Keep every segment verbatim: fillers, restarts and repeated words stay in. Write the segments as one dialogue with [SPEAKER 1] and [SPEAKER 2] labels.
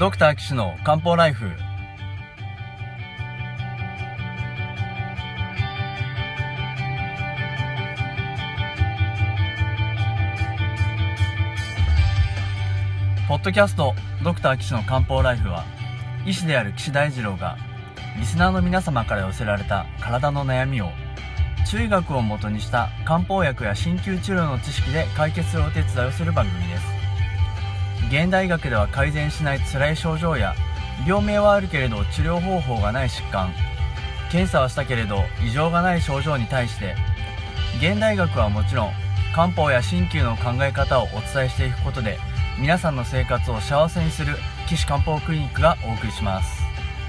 [SPEAKER 1] ドクター岸の漢方ライフ。ポッドキャストドクター岸の漢方ライフは、医師である岸大二郎がリスナーの皆様から寄せられた体の悩みを中医学をもとにした漢方薬や鍼灸治療の知識で解決するお手伝いをする番組です。現代医学では改善しない辛い症状や、病名はあるけれど治療方法がない疾患、検査はしたけれど異常がない症状に対して、現代医学はもちろん漢方や鍼灸の考え方をお伝えしていくことで、皆さんの生活を幸せにする岸漢方クリニックがお送りします。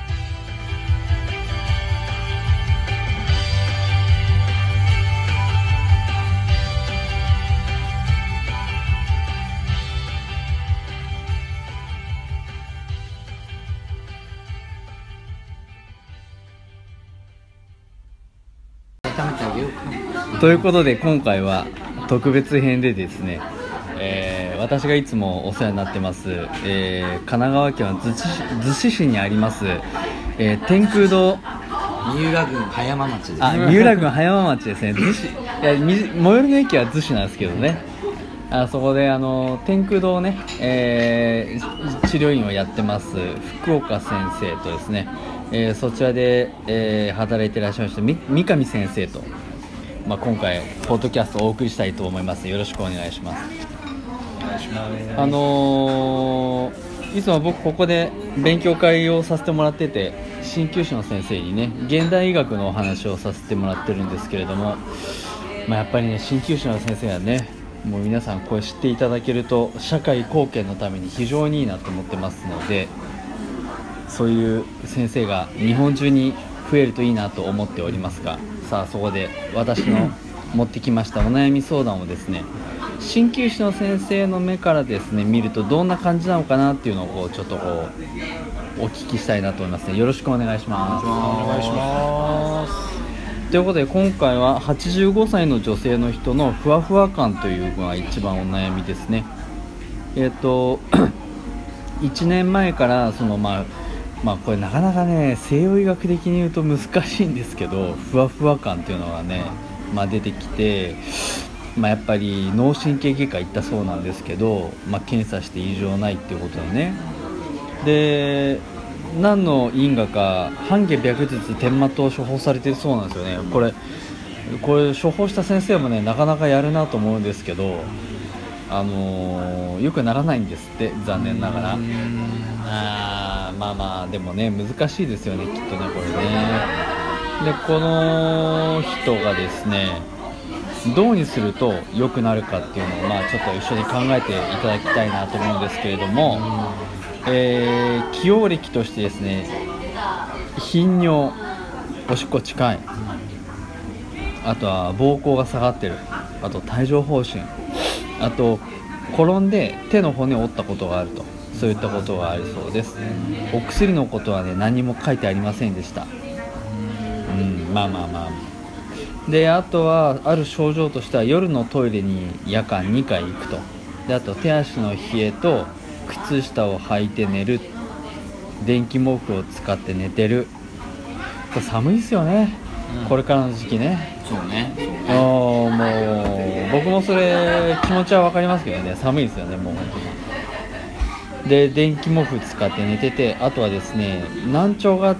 [SPEAKER 1] ということで、今回は特別編でですね、えー、私がいつもお世話になってます、えー、神奈川県は逗子市、逗子市にあります、えー、天空堂、
[SPEAKER 2] 三浦郡葉山町です。
[SPEAKER 1] あ、三浦郡葉山町ですね。逗子、いや、最寄りの駅は逗子なんですけどね。あそこであの天空堂ね、えー、治療院をやってます福岡先生とですね、えー、そちらで、えー、働いていらっしゃいました三上先生と、まあ、今回ポッドキャストをお送りしたいと思います。よろしくお願いします。
[SPEAKER 2] お願いします。
[SPEAKER 1] あのー、いつも僕ここで勉強会をさせてもらってて、鍼灸師の先生にね現代医学のお話をさせてもらってるんですけれども、まあ、やっぱりね鍼灸師の先生はね、もう皆さんこれ知っていただけると社会貢献のために非常にいいなと思ってますので、そういう先生が日本中に増えるといいなと思っておりますが、さあそこで私の持ってきましたお悩み相談をですね、鍼灸師の先生の目からですね見るとどんな感じなのかなっていうのをこうちょっとこうお聞きしたいなと思いますね。よろしくお願いします。
[SPEAKER 2] お願いします。
[SPEAKER 1] ということで、今回ははちじゅうごさいの女性の人のふわふわ感というのが一番お悩みですね。えっといちねんまえからそのまあまあこれなかなかね西洋医学的に言うと難しいんですけど、ふわふわ感っていうのがね、まあ、出てきて、まあ、やっぱり脳神経外科行ったそうなんですけど、まあ、検査して異常ないっていうことでね、で何の因果か半夏白術天麻湯を処方されてるそうなんですよね。これこれ処方した先生もねなかなかやるなと思うんですけど、あのー、よくならないんですって、残念ながら。あまあまあでもね難しいですよね、きっとねこれね。でこの人がですねどうにすると良くなるかっていうのを、まあ、ちょっと一緒に考えていただきたいなと思うんですけれども、えー、起用歴としてですね、頻尿、おしっこ近い、あとは膀胱が下がってる、あと帯状疱疹、あと転んで手の骨を折ったことがあると、そういったことがあるそうです。お薬のことはね何も書いてありませんでした。うん、まあまあまあ。であとはある症状としては、夜のトイレに夜間にかい行くと。であと手足の冷えと靴下を履いて寝る、電気毛布を使って寝てる。これ寒いですよね、うん、これからの時期ね。
[SPEAKER 2] そうね。
[SPEAKER 1] あもう僕もそれ気持ちは分かりますけどね、寒いですよねもう本当に。で電気毛布使って寝てて、あとはですね難聴があって、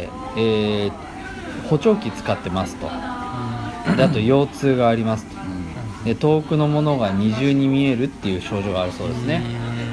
[SPEAKER 1] えー、補聴器使ってますと。であと腰痛がありますと。で遠くのものが二重に見えるっていう症状があるそうですね。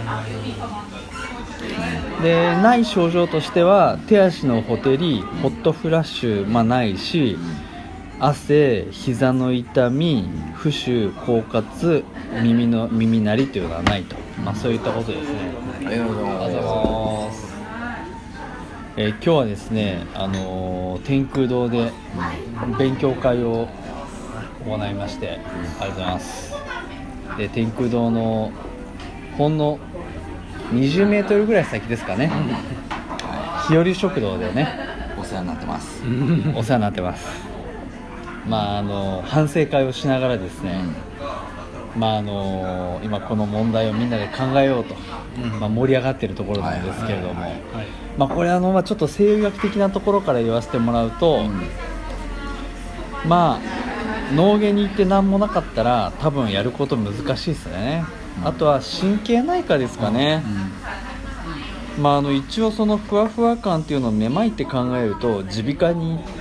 [SPEAKER 1] でない症状としては、手足のほてり、ホットフラッシュ、まあ、ないし、汗、膝の痛み、浮腫、狡猾、耳の耳鳴りというのはないと、まあ、そういったことですね。
[SPEAKER 2] ありがとうございます。
[SPEAKER 1] えー、今日はですね、あのー、天空堂で勉強会を行いまして、ありがとうございます。で天空堂のほんのにじゅうメートルぐらい先ですかね、日和食堂でね
[SPEAKER 2] お世話になってます
[SPEAKER 1] お世話になってます。まああの反省会をしながらですね、 まああの今この問題をみんなで考えようと、うんまあ、盛り上がっているところなんですけれども、まあこれあの、まあ、ちょっと西洋医学的なところから言わせてもらうと、うん、まあ脳外に行って何もなかったら多分やること難しいですね、うん、あとは神経内科ですかね、うん、まあ、あの一応そのふわふわ感っていうのをめまいって考えると耳鼻科に行って、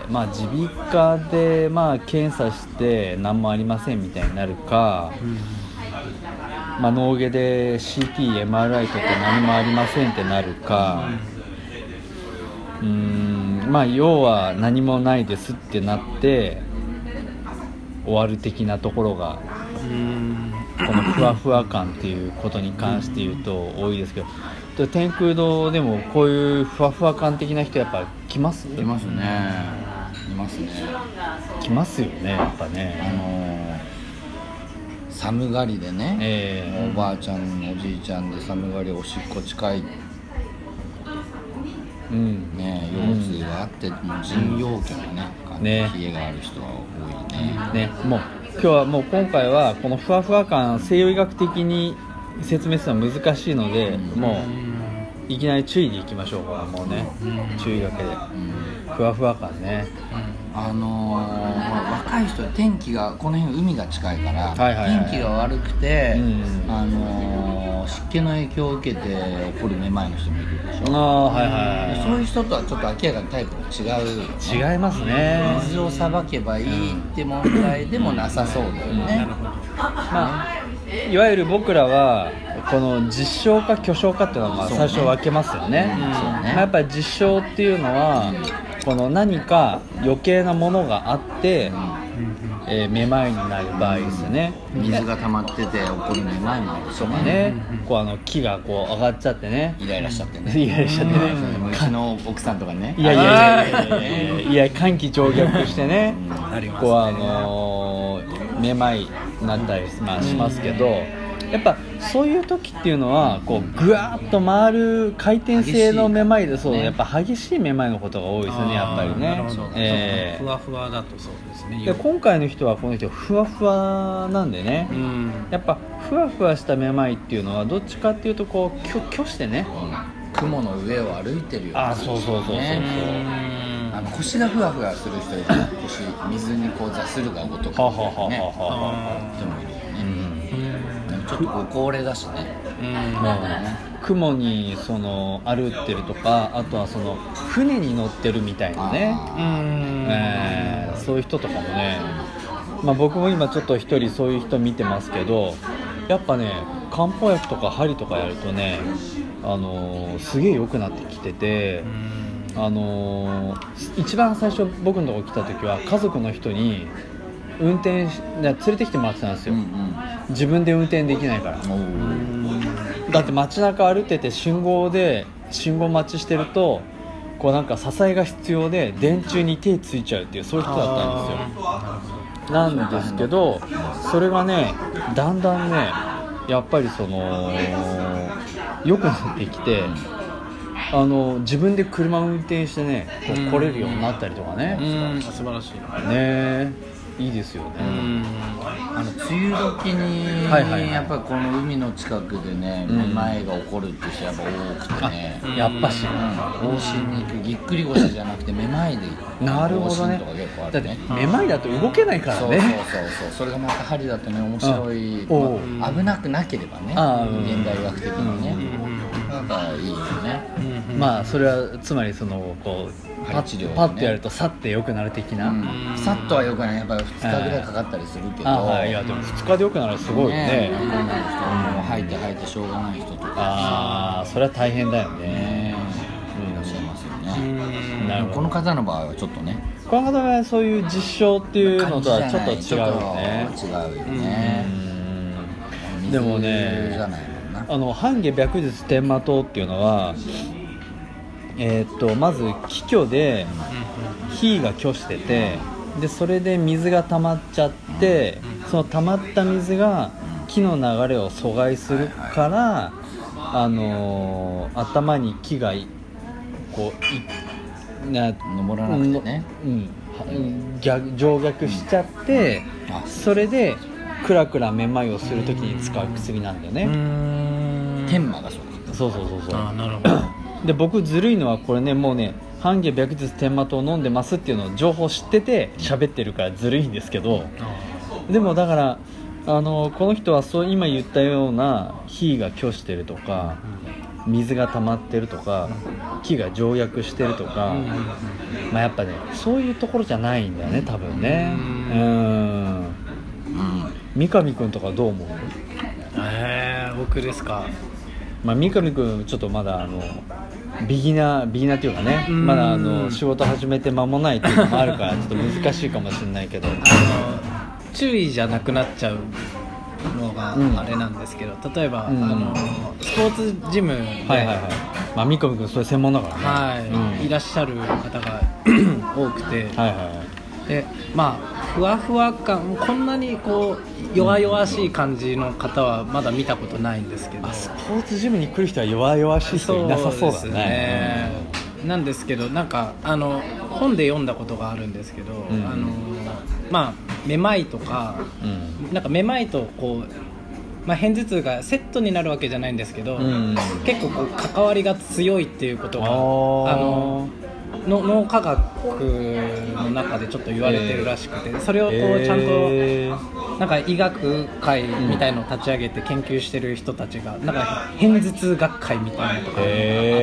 [SPEAKER 1] まあ、耳鼻科でまあ検査して何もありませんみたいになるか、うんまあ、脳外で シーティー、エムアールアイ とって何もありませんってなるか、うーんまあ要は何もないですってなって終わる的なところがこのふわふわ感っていうことに関して言うと多いですけど、天空堂でもこういうふわふわ感的な人やっぱ来ます？
[SPEAKER 2] いますねいますね
[SPEAKER 1] 来ますよねやっぱね、
[SPEAKER 2] あのー、寒がりでね、えー、おばあちゃんおじいちゃんで寒がりおしっこ近い、うんね、腰痛があって、うん、もう腎陽気のね、うん、ね冷えがある人は多いね、
[SPEAKER 1] ねもう今日はもう今回はこのふわふわ感西洋医学的に説明するのは難しいので、うん、もういきなり注意でいきましょうか。もうね、うん、注意だけで、うん、ふわふわ感ね、
[SPEAKER 2] うん、あのー、若い人天気がこの辺海が近いから、はいはいはい、天気が悪くて、うん、あのー、湿気の影響を受けて起こるめまいの人もいるでしょ。あ、はいはいはい、そういう人とはちょっと明らかにタイプが違う、
[SPEAKER 1] ね、違いますね。
[SPEAKER 2] 水をさばけばいいって問題でもなさそうだよね、うん、
[SPEAKER 1] まあいわゆる僕らはこの実証か虚証かっていうのはまあ最初分けますよね。うんうんまあ、やっぱり実証っていうのはこの何か余計なものがあって、うんえー、めまいになる場合ですよね。
[SPEAKER 2] 水が溜まってて起こるめまいもあるしね。
[SPEAKER 1] ねこうあの木がこう上がっちゃってね。
[SPEAKER 2] イライラしちゃってね。
[SPEAKER 1] イライラしちゃってね。
[SPEAKER 2] うちの奥さんとかね。
[SPEAKER 1] いやいやいやいやいやいや寒気上逆してね。こうあのー、めまいになったり、まあ、しますけど。やっぱそういう時っていうのはこうぐわーっと回る回転性のめまいでそう、ね、やっぱ激しいめまいのことが多いですよねやっぱりね。
[SPEAKER 3] えー、ふわふわだとそうですね。
[SPEAKER 1] で今回の人はこの人ふわふわなんでね、うん、やっぱふわふわしためまいっていうのはどっちかっていうとこう虚虚してね、
[SPEAKER 2] うん、雲の上を歩いてるような、
[SPEAKER 1] あそうそうそうそうそう、ね、
[SPEAKER 2] あの腰がふわふわする人いる腰水にこう座するがごとくみたいなね人もいるよね。ちょっとご高齢だしね、うん
[SPEAKER 1] もう雲にその歩ってるとかあとはその船に乗ってるみたいなね、うんえー、そういう人とかもね、まあ、僕も今ちょっと一人そういう人見てますけどやっぱね漢方薬とか針とかやるとね、あのー、すげえ良くなってきてて、あのー、一番最初僕のとこ来た時は家族の人に運転連れてきてもらってたんですよ、うんうん、自分で運転できないから。だって街中歩いてて信号で信号待ちしてるとこうなんか支えが必要で電柱に手ついちゃうっていうそういう人だったんですよ。なんですけどそれがねだんだんねやっぱりその良くなってきてあの自分で車を運転してねこう来れるようになったりとかね。
[SPEAKER 3] うん素晴らしい
[SPEAKER 1] ねいいですよね。うん
[SPEAKER 2] あの梅雨時に、はいはいはい、やっぱりこの海の近くでねめまいが起こるって人やっぱ多くてね、
[SPEAKER 1] やっぱし、うん、
[SPEAKER 2] 往診に行くぎっくり腰じゃなくてめまいで
[SPEAKER 1] なるほどね。だってめまいだと動けないからね。
[SPEAKER 2] そうそうそうそうそれがまた針だとね面白い、まあ、危なくなければね現代学的にね、うん、なんかいいよね、
[SPEAKER 1] うん、まあそれはつまりそのこうパッ、ね、パッとやるとさって良くなる的な、うん、
[SPEAKER 2] さっとは良くないやっぱりふつかぐらいかかったりするけど、
[SPEAKER 1] ああいやでもふつかで良くなるすごいよね。
[SPEAKER 2] 女の人も吐いて吐いてしょうがない人とか
[SPEAKER 1] ああそれは大変だよね、
[SPEAKER 2] うん、いらっしゃいますよね。なるほど。この方の場合はちょっとね
[SPEAKER 1] この方はそういう実証っていうのとはちょっと違うよね。
[SPEAKER 2] 違うよね。
[SPEAKER 1] うんでもねあの半夏白術天魔湯っていうのはえー、とまず気虚で火が虚しててでそれで水が溜まっちゃってその溜まった水が気の流れを阻害するから、あのー、頭に気がこう
[SPEAKER 2] な登らなくてね、
[SPEAKER 1] うん、逆上逆しちゃってそれでクラクラめまいをするときに使う薬なんだよね。うー
[SPEAKER 2] ん、天麻がそうか。
[SPEAKER 1] そうそうそうそう。
[SPEAKER 3] あ、なるほど。
[SPEAKER 1] で僕ずるいのはこれね、もうね半夏白術天麻湯を飲んでますっていうのを情報知ってて喋ってるからずるいんですけど、でもだからあのこの人はそう今言ったような火が虚してるとか、水が溜まってるとか、木が条約してるとか、まあやっぱねそういうところじゃないんだよね多分ね。うーん、三上くんとかどう思う？
[SPEAKER 3] えー、僕ですか。
[SPEAKER 1] まあ、三上くんちょっとまだあのビギナービギナーっていうかね、まだあの仕事始めて間もないっていうのもあるからちょっと難しいかもしれないけど、あの
[SPEAKER 3] 注意じゃなくなっちゃうのがあれなんですけど、うん、例えば、うん、あのスポーツジムで、はいはいはい、まあ、
[SPEAKER 1] 三上くんそれ専門だからね、
[SPEAKER 3] はい、うん、いらっしゃる方が多くて、はいはいはい、でまあふわふわ感、こんなにこう弱々しい感じの方はまだ見たことないんですけど、
[SPEAKER 1] あ、スポーツジムに来る人は弱々しい人いなさそうだね。そうですね、
[SPEAKER 3] うん、なんですけど、なんかあの本で読んだことがあるんですけど、うん、あのまあめまいとか、うん、なんかめまいとこう、まあ、片頭痛がセットになるわけじゃないんですけど、うん、結構こう関わりが強いっていうことがあのの脳科学の中でちょっと言われてるらしくて、それをこうちゃんとなんか医学会みたいのを立ち上げて研究してる人たちがなんか片頭痛学会みたいなのとかがあって、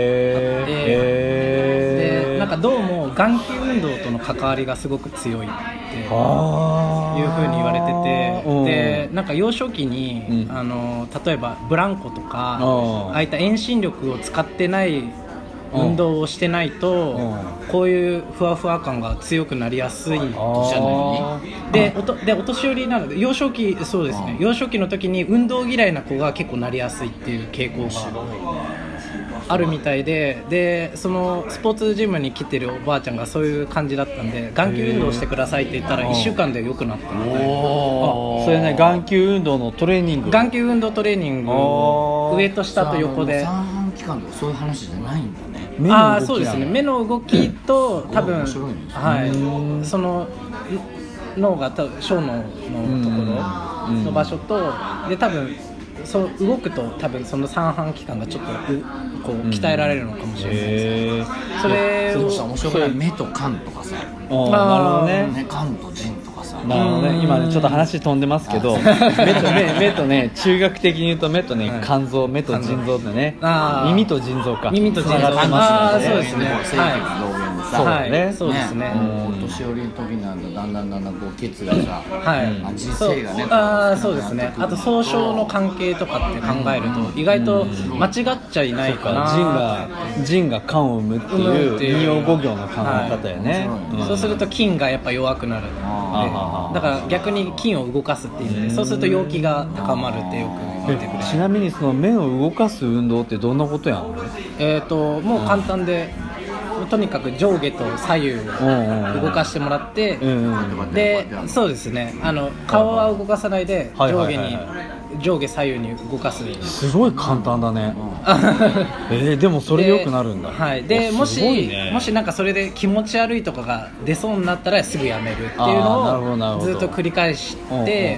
[SPEAKER 3] でなんかどうも眼球運動との関わりがすごく強いっていう風に言われてて、でなんか幼少期に、うん、あの例えばブランコとかああいった遠心力を使ってない運動をしてないとこういうふわふわ感が強くなりやすいじゃないで、おとでお年寄りなので幼少期、そうですね、幼少期の時に運動嫌いな子が結構なりやすいっていう傾向があるみたいで、でそのスポーツジムに来てるおばあちゃんがそういう感じだったんで、眼球運動してくださいって言ったらいっしゅうかんで良くなったので、
[SPEAKER 1] おそれね、眼球運動のトレーニング、
[SPEAKER 3] 眼球運動トレーニング上と下と横で、
[SPEAKER 2] 三半規管とかそういう話じゃないんだね。
[SPEAKER 3] 目の動き、あ、そうですね、目の動きと多分、はい、その脳が多分小脳のところの場所とで、多分そう動くと多分その三半規管がちょっとこう鍛えられるのかもしれないです、うん、それを
[SPEAKER 2] 面白くない？目と肝とかさ、
[SPEAKER 1] あ、なるほどね、
[SPEAKER 2] 肝と腎とかさ、
[SPEAKER 1] なるほどね、今ねちょっと話飛んでますけど、目とね、目とね、中学的に言うと目とね、肝臓、目と腎臓ってね、耳と腎臓か、
[SPEAKER 3] 耳と腎臓、
[SPEAKER 1] あ、
[SPEAKER 3] そうですね、
[SPEAKER 2] はい、
[SPEAKER 1] そうだね、
[SPEAKER 3] そうですね、
[SPEAKER 2] お年寄りの時なんだ、だんだんだんだんこう血がさ、はい、人生がね、
[SPEAKER 3] あ、そうですね、あと総称の関係とかって考えると意外と間違っちゃいないかな。
[SPEAKER 1] 腎が腎が肝を生むっていう二葉五行の考え方よね、
[SPEAKER 3] はい、うん、そうすると筋がやっぱ弱くなるので、だから逆に筋を動かすっていうので、そうすると陽気が高まるってよく言ってくれる。
[SPEAKER 1] ちなみにその目を動かす運動ってどんなことやんの？
[SPEAKER 3] えーともう簡単で、とにかく上下と左右を動かしてもらって、で、そうですね、あの顔は動かさないで上下に上下左右に動かす。
[SPEAKER 1] すごい簡単だね。えー、でもそれ良くなるんだ。
[SPEAKER 3] はい。で、もし、ね、もしなんかそれで気持ち悪いとかが出そうになったらすぐやめるっていうのをずっと繰り返して、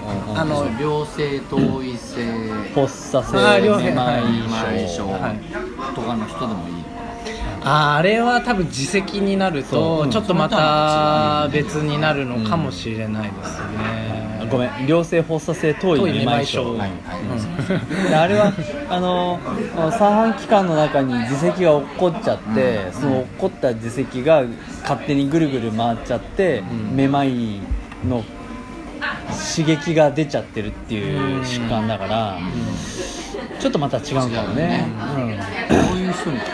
[SPEAKER 2] あの良性頭位性
[SPEAKER 1] 発作性めまい症
[SPEAKER 2] とかの人でもいい。
[SPEAKER 3] あ, あれは多分自責になるとちょっとまた別になるのかもしれないですね、
[SPEAKER 1] うん、ごめん、良性発作性頭位めまい症、はいはい、あれはあの三半規管の中に耳石が落っこっちゃって、うん、その落っこった耳石が勝手にぐるぐる回っちゃって、うん、めまいの刺激が出ちゃってるっていう疾患だから、うん、ちょっとまた違うかもね、うん、
[SPEAKER 2] こういう人に聞く。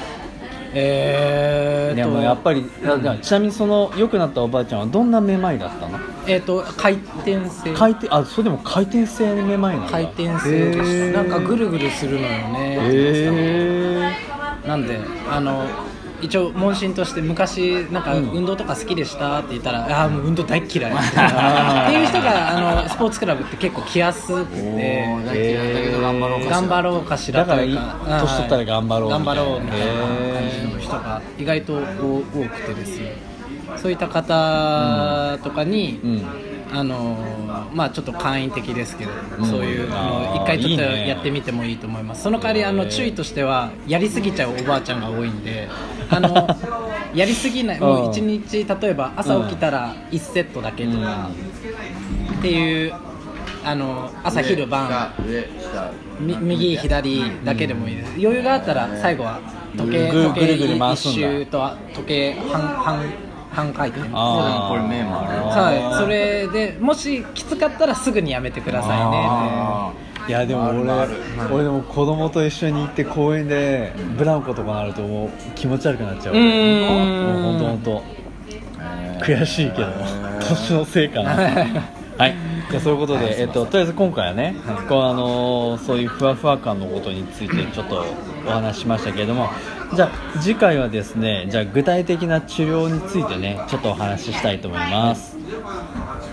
[SPEAKER 3] えー、
[SPEAKER 1] でもやっぱり、うん、ちなみにその良くなったおばあちゃんはどんなめまいだったの？
[SPEAKER 3] えーと回転性
[SPEAKER 1] 回転あそれでも回転性めまいなんだ。
[SPEAKER 3] 回転性です。なんかぐるぐるするのよね。
[SPEAKER 1] え
[SPEAKER 3] ー、なんであの一応問診として昔なんか運動とか好きでしたって言ったら、うん、ああもう運動大嫌いっていう人があのスポーツクラブって結構来やすくて、
[SPEAKER 2] 大嫌いだけど頑張ろうかしら
[SPEAKER 3] 頑張ろうかしら
[SPEAKER 1] というか、だから年取ったら頑張ろう
[SPEAKER 3] 頑張ろうみたいな感じの人が意外と多くてですね、そういった方とかに、うんうん、 あのー、まあちょっと簡易的ですけど、うん、そういうのを一回ちょっとやってみてもいいと思います。いいね。その代わりあの注意としてはやりすぎちゃうおばあちゃんが多いんで、あのやりすぎない、もういちにち例えば朝起きたらいちセットだけとかっていう、あの朝昼晩右左だけでもいいです。余裕があったら最後は時計時計一周と時計半半半回転。
[SPEAKER 2] あこれメモある。
[SPEAKER 3] はい、それでもしきつかったらすぐにやめてくださいね。
[SPEAKER 1] いやでも俺俺でも子供と一緒に行って公園でブランコとかなるともう気持ち悪くなっちゃう。もう本当本当悔しいけど年のせいかな。はい、じゃあそういうことで、えっと、とりあえず今回はね、はい、こうあのー、そういうふわふわ感のことについてちょっとお話ししましたけれども、じゃあ次回はですね、じゃあ具体的な治療についてねちょっとお話ししたいと思います。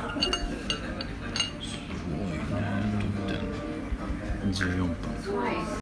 [SPEAKER 1] じゅうよんぷん